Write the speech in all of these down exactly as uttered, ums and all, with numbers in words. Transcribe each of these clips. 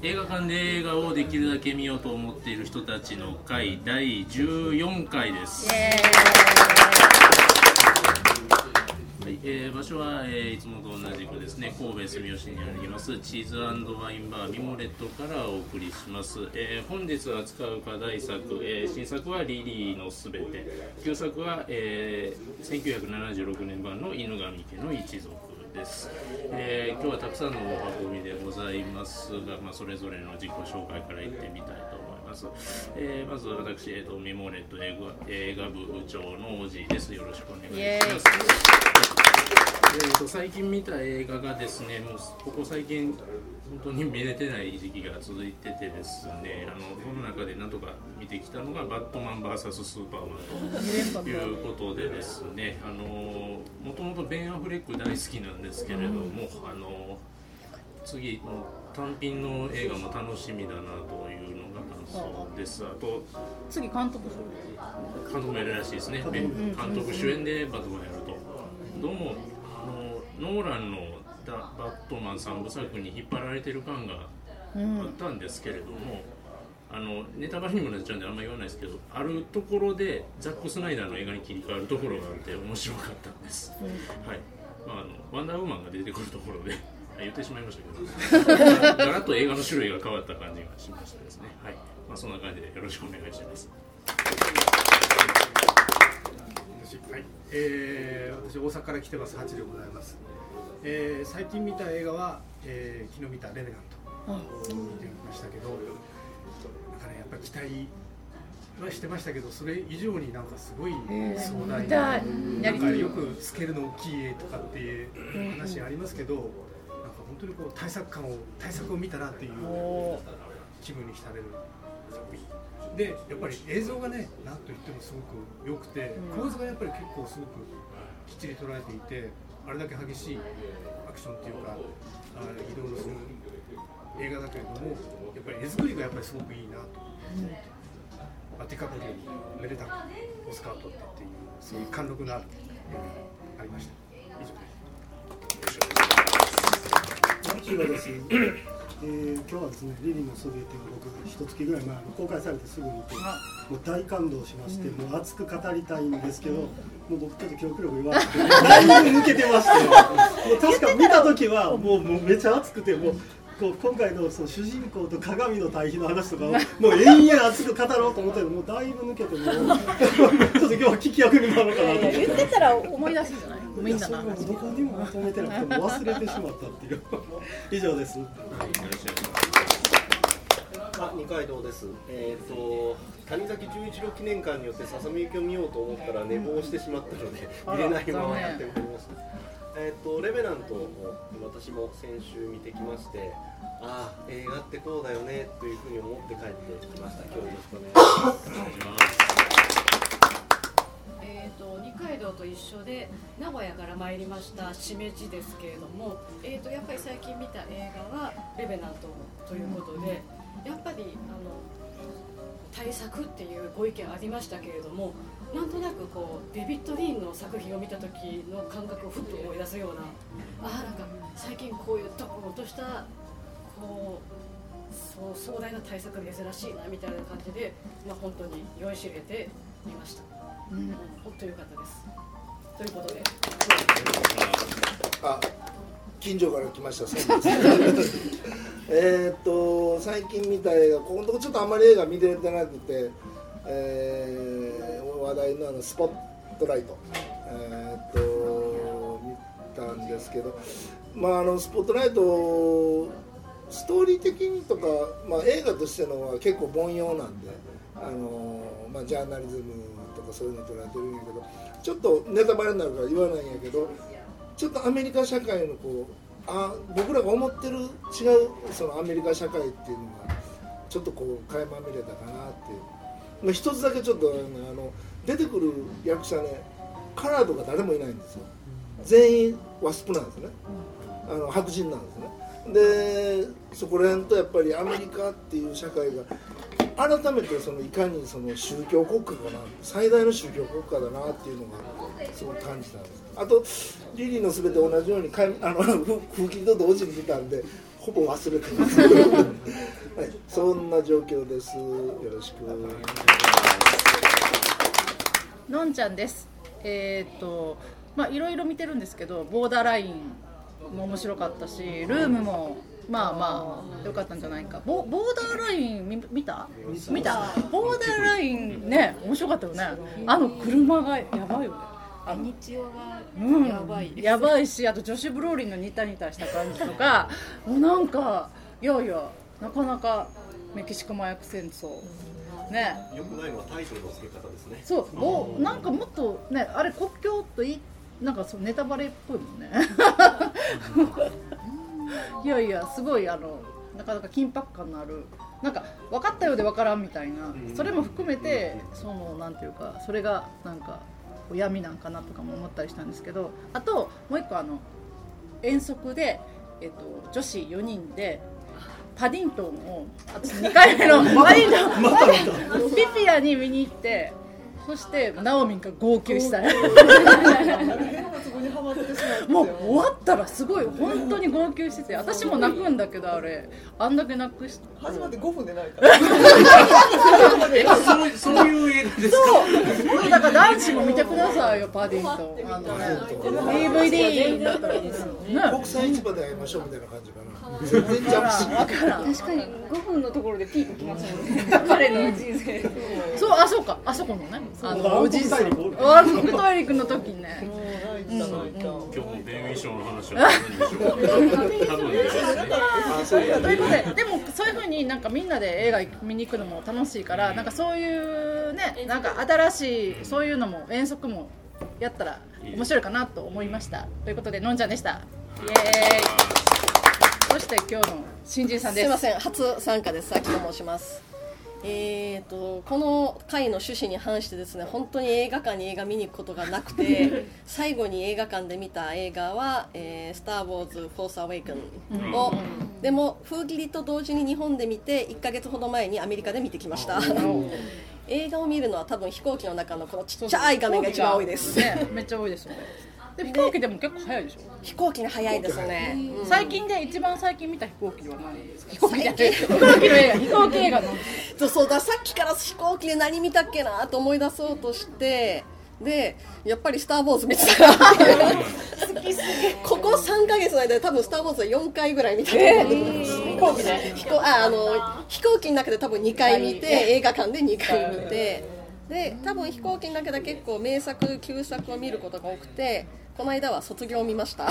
映画館で映画をできるだけ見ようと思っている人たちの会だいじゅうよんかいです。はい、えー、場所は、えー、いつもと同じくですね、神戸住吉にありますチーズ&ワインバーミモレットからお送りします。えー、本日扱う課題作、えー、新作はリリーのすべて、旧作は、えー、せんきゅうひゃくななじゅうろくねん版の犬神家の一族です。えー、今日はたくさんのお運びでございますが、まあ、それぞれの自己紹介からいってみたいと思います。えー、まず私、えーと、ミモレット映画、映画部部長のオジーです。よろしくお願いします。えーと、最近見た映画がですね、もうここ最近本当に見れてない時期が続いててですね、あのこの中でなんとか見てきたのがバットマン ブイエス スーパーマンということでですね、あのもともとベン・アフレック大好きなんですけれども、うん、あの次の単品の映画も楽しみだなというのが感想です。あと次監督する監督もやるらしいですね。監督主演でバットマンやると。どうもあのノーランのバットマンさんぶさくに引っ張られてる感があったんですけれども、うん、あのネタバレにもなっちゃうんであんまり言わないですけど、あるところでザック・スナイダーの映画に切り替わるところがあって面白かったんです、うん、はい。まあ、あのワンダーウーマンが出てくるところで言ってしまいましたけどガラッと映画の種類が変わった感じがしましたですね。はい、まあ、そんな感じでよろしくお願いします。 はい、えー、私大阪から来てますハチでございます。えー、最近見た映画は、えー、昨日見たレベナントを見てきましたけど、なんかね、やっぱり期待はしてましたけど、それ以上になんかすごい壮大な、えー、なんかよくスケールの大きい絵とかっていう話ありますけど、なんか本当にこう大作感を大作を見たなっていう気分に浸れる作品で、やっぱり映像がね、なんといってもすごく良くて、構図がやっぱり結構すごくきっちり捉えていて、あれだけ激しいアクションっていうか、あ移動する映画だけれども、やっぱり絵作りがやっぱりすごくいいなと思って、まあ、ディカプリオにめでたくオスカーを取ったっていう、そういう貫禄のある映画がありました。以上です。 マキがですね、えー、今日はですね、リリーのすべてを僕一月ぐらい前公開されてすぐ見て、もう大感動しまして、うん、もう熱く語りたいんですけど、もう僕ちょっと記憶力弱くてだいぶ抜けてまして、もう確か見た時はもう、もうめちゃ熱くて、もうこう今回のその主人公と鏡の対比の話とかをもう延々熱く語ろうと思ってるのもうだいぶ抜けて、もうちょっと今日は聞き役になるのかなと思って。 言ってたら思い出すんじゃない？みんなな。 どこにもまとめてなくても忘れてしまったっていう以上です。 あ、二階堂です。えっ、ー、と谷崎潤一郎記念館によってささみゆきを見ようと思ったら寝坊してしまったので見れないままやってまいりました。えっ、ー、とレベナントを私も先週見てきまして、ああ映画ってこうだよねというふうに思って帰ってきました。今日よろしくお願いします。 えっ、ー、と二階堂と一緒で名古屋から参りましたしめじですけれども、えっ、ー、とやっぱり最近見た映画はレベナントということで。やっぱりあの大作っていうご意見ありましたけれども、なんとなくこうデビッド・リーンの作品を見た時の感覚をふっと思い出すような、ああなんか最近こういうドコンとしたこうそう壮大な大作が珍しいなみたいな感じで、まあ、本当に酔いしれて見ました、うん、本当良かったですということで、 あ近所から来ましたそうですえっと最近見た映画、ここのとこちょっとあんまり映画見れてなくて、えー、話題のあのスポットライト、えー、っと見たんですけど、まああのスポットライトストーリー的にとか、まあ、映画としてのは結構凡庸なんで、あの、まあ、ジャーナリズムとかそういうの捉えてるんやけど、ちょっとネタバレになるから言わないんやけど、ちょっとアメリカ社会のこうあ僕らが思ってる違うそのアメリカ社会っていうのがちょっとこう垣間見れたかなっていう、まあ、一つだけちょっとあの出てくる役者ね、カラーとか誰もいないんですよ。全員ワスプなんですね、あの白人なんですね。でそこら辺とやっぱりアメリカっていう社会が改めてそのいかにその宗教国家かな、最大の宗教国家だなっていうのがすごく感じたんです。あとリリーのすべて同じようにあの風紀と同時に見たんで、 ほぼ忘れてます、はい、そんな状況です。よろしく。 のんちゃんです。えー、っとまあいろいろ見てるんですけど、ボーダーラインも面白かったし、ルームもまあまあ良かったんじゃないか。ボ, ボーダーライン 見, 見た見たボーダーラインね、面白かったよね。あの車がやばいよね。 ベニチオがうん、 やばいです、 やばいし、あとジョシュ・ブローリンのニタニタした感じとかもうなんかいやいやなかなかメキシコ麻薬戦争ね。 よくないのはタイトルの付け方ですね。 そうおなんかもっとね、あれ国境といなんかそうネタバレっぽいもんねいやいやすごいあのなかなか緊迫感のある、なんか分かったようで分からんみたいな、それも含めてそのなんていうか、それがなんか闇なんかなとかも思ったりしたんですけど、あともう一個あの遠足で、えっと、女子よにんでパディントンを私にかいめのパディントンピピアに見に行って、そしてナオミンが号泣したらもう終わったらすごい本当に号泣してて、私も泣くんだけど、あれあんだけ泣くし始まってごふんで泣いたそうそういう映画ですか。 そうだから男子も見てくださいよ、パディントン。あのね ディーブイディー だったらいいですよね。 国際市場で会いましょうみたいな感じかな。全然ジャンプしない。 確かにごふんのところでピークきますもんね彼の人生。 そう、あ、そうか、あそこのね、あのおじいさん、 ワ暗黒大陸の時にね。 今日もベン・ウィショーの話はするんでしょうか。多分ですね。 ということで、でもそういう風になんかみんなで映画見に行くのも楽しいから、なんかそういうね、なんか新しいそういうのも遠足もやったら面白いかなと思いました。ということでのんちゃんでした。イエーイ。そして今日の新人さんです。 すいません、初参加です。秋と申します。えー、とこの回の趣旨に反してですね、本当に映画館に映画見に行くことがなくて最後に映画館で見た映画は、えー、スター・ウォーズ・フォース・アウェイクンを、うん、でも封切りと同時に日本で見ていっかげつほど前にアメリカで見てきました映画を見るのは多分飛行機の中のこのちっちゃい画面が一番多いです、 ね、めっちゃ多いですよね。で飛行機でも結構早いでしょ。 飛行機が早いですね、 うん、最近で一番最近見た飛行機は何ですか。飛行機だけ飛行機の映画飛行機映画なんですか。 そうだ、さっきから飛行機で何見たっけなと思い出そうとして、でやっぱりスター・ウォーズ見てたな好きすぎここさんかげつの間で多分スター・ウォーズはよんかいぐらい見て、えー、飛行機で飛行ああの飛行機の中で多分にかい見て、映画館でにかい見て、で多分飛行機の中で結構名作旧作を見ることが多くて、この間は卒業を見ました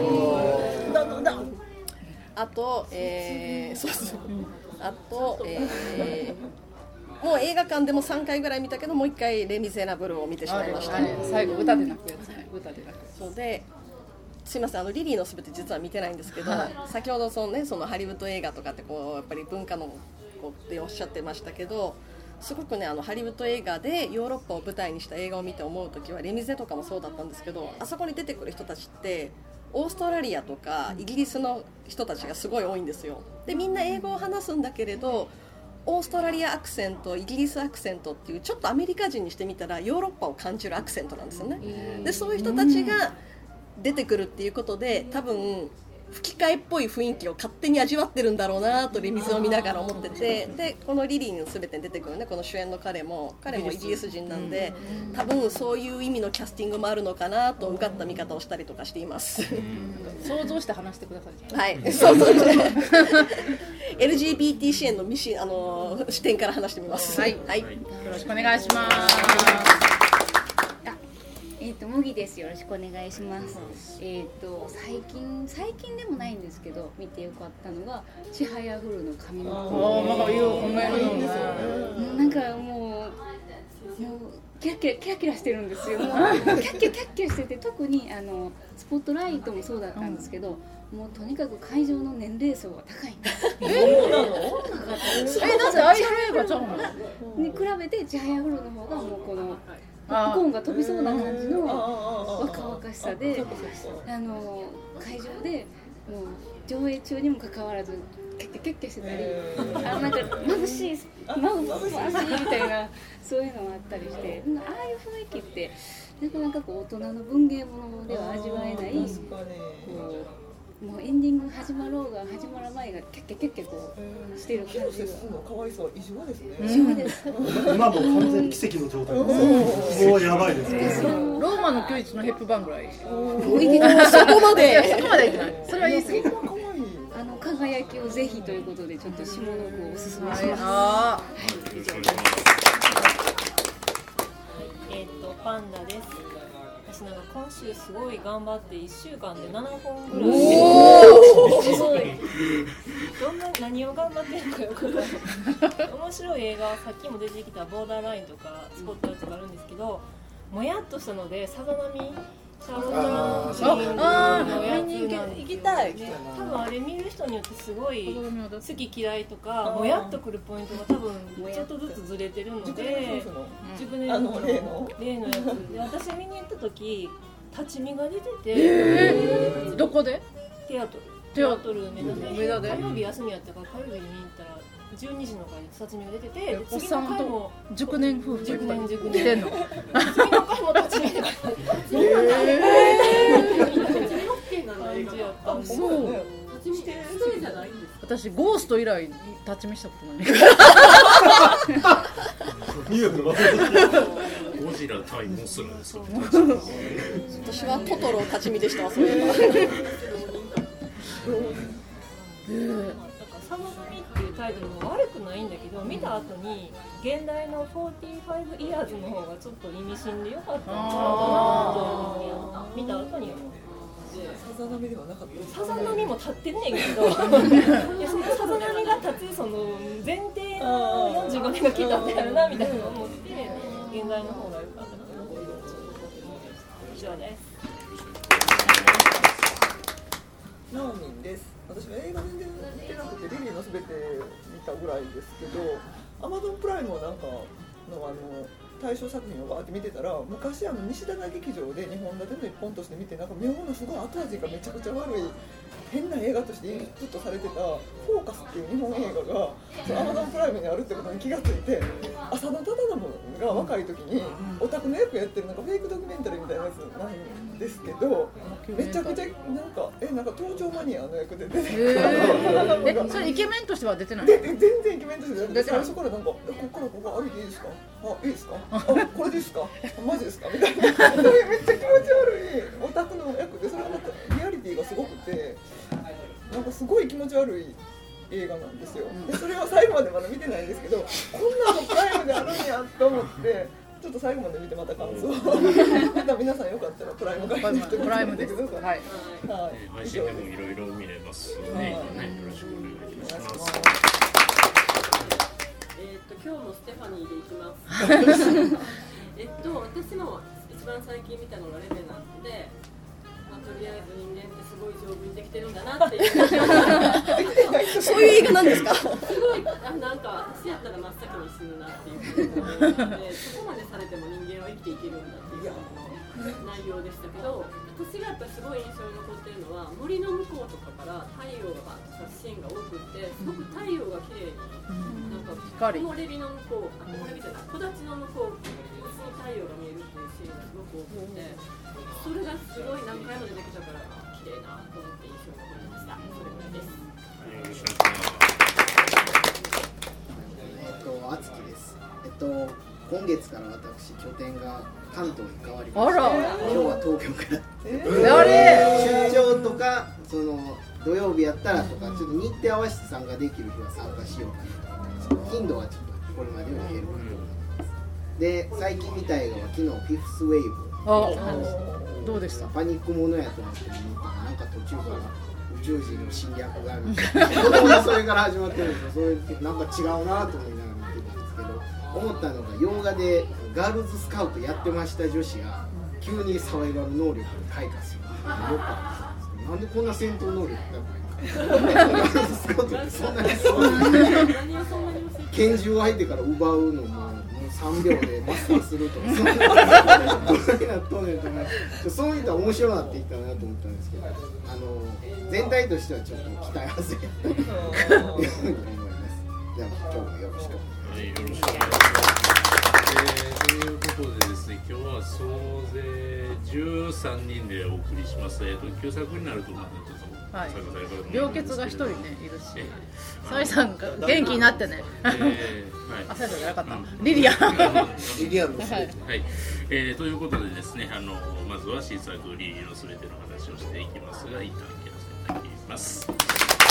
あと、えー、そうそうあと、えー、もう映画館でもさんかいぐらい見たけど、もういっかいレ・ミゼラブルを見てしまいました。 最後歌で泣くやつね。歌で泣く。 そうですいません、あのリリーのすべて実は見てないんですけど、はい、先ほどその、ね、そのハリウッド映画とかってこうやっぱり文化のこうっておっしゃってましたけど、すごくね、あのハリウッド映画でヨーロッパを舞台にした映画を見て思うときは、レミゼとかもそうだったんですけど、あそこに出てくる人たちってオーストラリアとかイギリスの人たちがすごい多いんですよ。でみんな英語を話すんだけれど、オーストラリアアクセント、イギリスアクセントっていうちょっとアメリカ人にしてみたらヨーロッパを感じるアクセントなんですよね。でそういう人たちが出てくるっていうことで、多分吹き替えっぽい雰囲気を勝手に味わってるんだろうなとレミゼを見ながら思ってて、でこのリリーの全てに出てくるね、この主演の彼も彼もイギリス人なんで、多分そういう意味のキャスティングもあるのかなとうがった見方をしたりとかしています想像して話してください。 はい想像してエルジービーティー 支援のミシあの視点から話してみます。 はい、はい、よろしくお願いします。 えーと、麦です。よろしくお願いします。えーと、最近、最近でもないんですけど、見てよかったのが、ちはやふるの髪の毛。ああ、なんかいいよ、褒めるよね。 なんかもう、もう、キラキラ、キラキラしてるんですよ。もうキャッキャキャッキャしてて、特にあの、スポットライトもそうだったんですけど、もうとにかく会場の年齢層が高いんです。 えー、そうなの？え、だってアイドル映画ちゃうの？ に比べて、ちはやふるの方がもうこの、ポップコーンが飛びそうな感じの若々しさで、あの会場でもう上映中にもかかわらずキャッキャキャッキャしてたり、あなんか眩しい眩しいみたいなそういうのがあったりして、ああいう雰囲気ってなかなかこう大人の文芸物では味わえないこうもうエンディング始まろうが始まらないがキャッキャキャッキャこうしてる感じが。 広瀬すんの可愛さは異常ですね。 異常です。 今も完全に奇跡の状態です。もうやばいですね。 ローマの休日のヘップバーンぐらい。 そこまで。 そこまでいけない。それは言い過ぎ。 あの輝きをぜひということでちょっと下の句をおすすめします。 ああ。 えっとパンダです。私なんか今週すごい頑張っていっしゅうかんでななほんぐらい。おお。すごい。どんな何を頑張ってるのかよくわからない。面白い映画はさっきも出てきたボーダーラインとかスポットライトがあるんですけど、もやっとしたのでさざ波。シャーロット・シーンのやつなん行きたい。 多分あれ見る人によってすごい好き嫌いとかもやっとくるポイントが多分ちょっとずつずれてるので、熟年の例の例のやつで私見に行った時立ち見が出てて、 えー、どこで？ テアトルテアトル梅田で梅田で火曜日休みやったから火曜日に見に行ったらじゅうにじの回で立ち見が出てて、 お子さんと熟年夫婦熟年熟年来てんの。 次の回も立ち見でそう私ゴースト以来立ち見したことないゴジラ対モスラですよ。 私はトトロ立ち見でした。そういえばサザナミっていうタイトルも悪くないんだけど、見た後に現代のフォーティーファイブイヤーズの方がちょっと意味深でよかったんちゃうかなと見た後に思って。 サザナミではなかった。 サザナミも立ってんねんけど、いやそのサザナミが立つその前提のよんじゅうごねんが来たんだよなみたいなのを思って現代の方が良かったなと思って以上です。 ナオミンです。私は映画全然見てなくてリリーのすべて見たぐらいですけど、アマゾンプライムをなんかのあの大賞作品をバーって見てたら、昔あの西田劇場でにほん立ての一本として見て、なんか妙なすごい後味がめちゃくちゃ悪い変な映画としてインプットされてた「フォーカス」っていう日本映画がアマゾンプライムにあるってことに気がついて、浅野忠信が若い時にオタクの役やってるなんかフェイクドキュメンタリーみたいなやつなんですけど、めちゃくちゃなんかえなんか登場マニアの役で出てる。 えそれイケメンとしては出てない？ で全然イケメンとして出てない。最初からなんかえここからここ歩いていいですか？あいいですか？あこれでいいですか？マジですか？みたいなめっちゃ気持ち悪いオタクの役で、それがまたリアリティがすごくて。なんかすごい気持ち悪い映画なんですよ。でそれは最後までまだ見てないんですけど、こんなのプライムであるんやと思ってちょっと最後まで見てまた感想また皆さんよかったらプライム会員の人に見てください。はい、 はい、配信でもいろいろ見れますね。はい、よろしくお願いします。 えっと今日もステファニーでいきますえっと私の一番最近見たのがレベナントで、まあ、とりあえず人間ってすごい丈夫にできてるんだなっていうそういう映画なんですか？ すごいあなんか私やったら真っ先に死ぬなっていうふうに思ってそこまでされても人間は生きていけるんだっていう内容でしたけど、私がやっぱりすごい印象に残っているのは森の向こうとかから太陽がバッとシーンが多くってすごく太陽が綺麗になんか木漏れ日の向こうあ木漏れ日じゃない木立の向こうに太陽が見えるっていうシーンがすごく多くて、それがすごい何回も出てきたから綺麗なと思って印象に残りました。それぐらいです。 よろしくお願いします。 えっとあつきです。えっと今月から私拠点が関東に変わりまして、今日は東京から、えー、出張とかその土曜日やったらとか、ちょっと日程合わせて参加できる日は参加しようかなと思ってます。頻度はちょっとこれまでより減るかと思います。で最近見た映画は昨日フィフスウェーブ、 どうでした？ パニックものやと思って見たらなんか途中から宇宙人の侵略がみたいな子供がそれから始まってるんですよ。それなんか違うなと思いながら見てたんですけど、思ったのが洋画でガールズスカウトやってました女子が急にサバイバル能力を開花するっていうのがなんでこんな戦闘能力がないのかガールズスカウトってそんなにすごい拳銃を相手から奪うのもさんびょうでマスターするとかそんなどうなっとんねんと思ってそういう人は面白くなっていったなと思ったんですけど、あの全体としてはちょっと期待外れというふうに思います。では今日もよろしくお願いします。 はい、よろしくお願いします。えー、ということでですね、今日は総勢じゅうさんにんでお送りします。えっと旧作になるとまだちょっとはい参加される方もいるんですけど、 病欠が一人ねいるし、サイさんが元気になってね。 えーはい、 あ、サイさんじゃなかった。リリアン。 リリアンですね。 はい、えー、ということでですね、あのまずは新作リリーのすべての話をしていきますが、一旦切らせていただきます。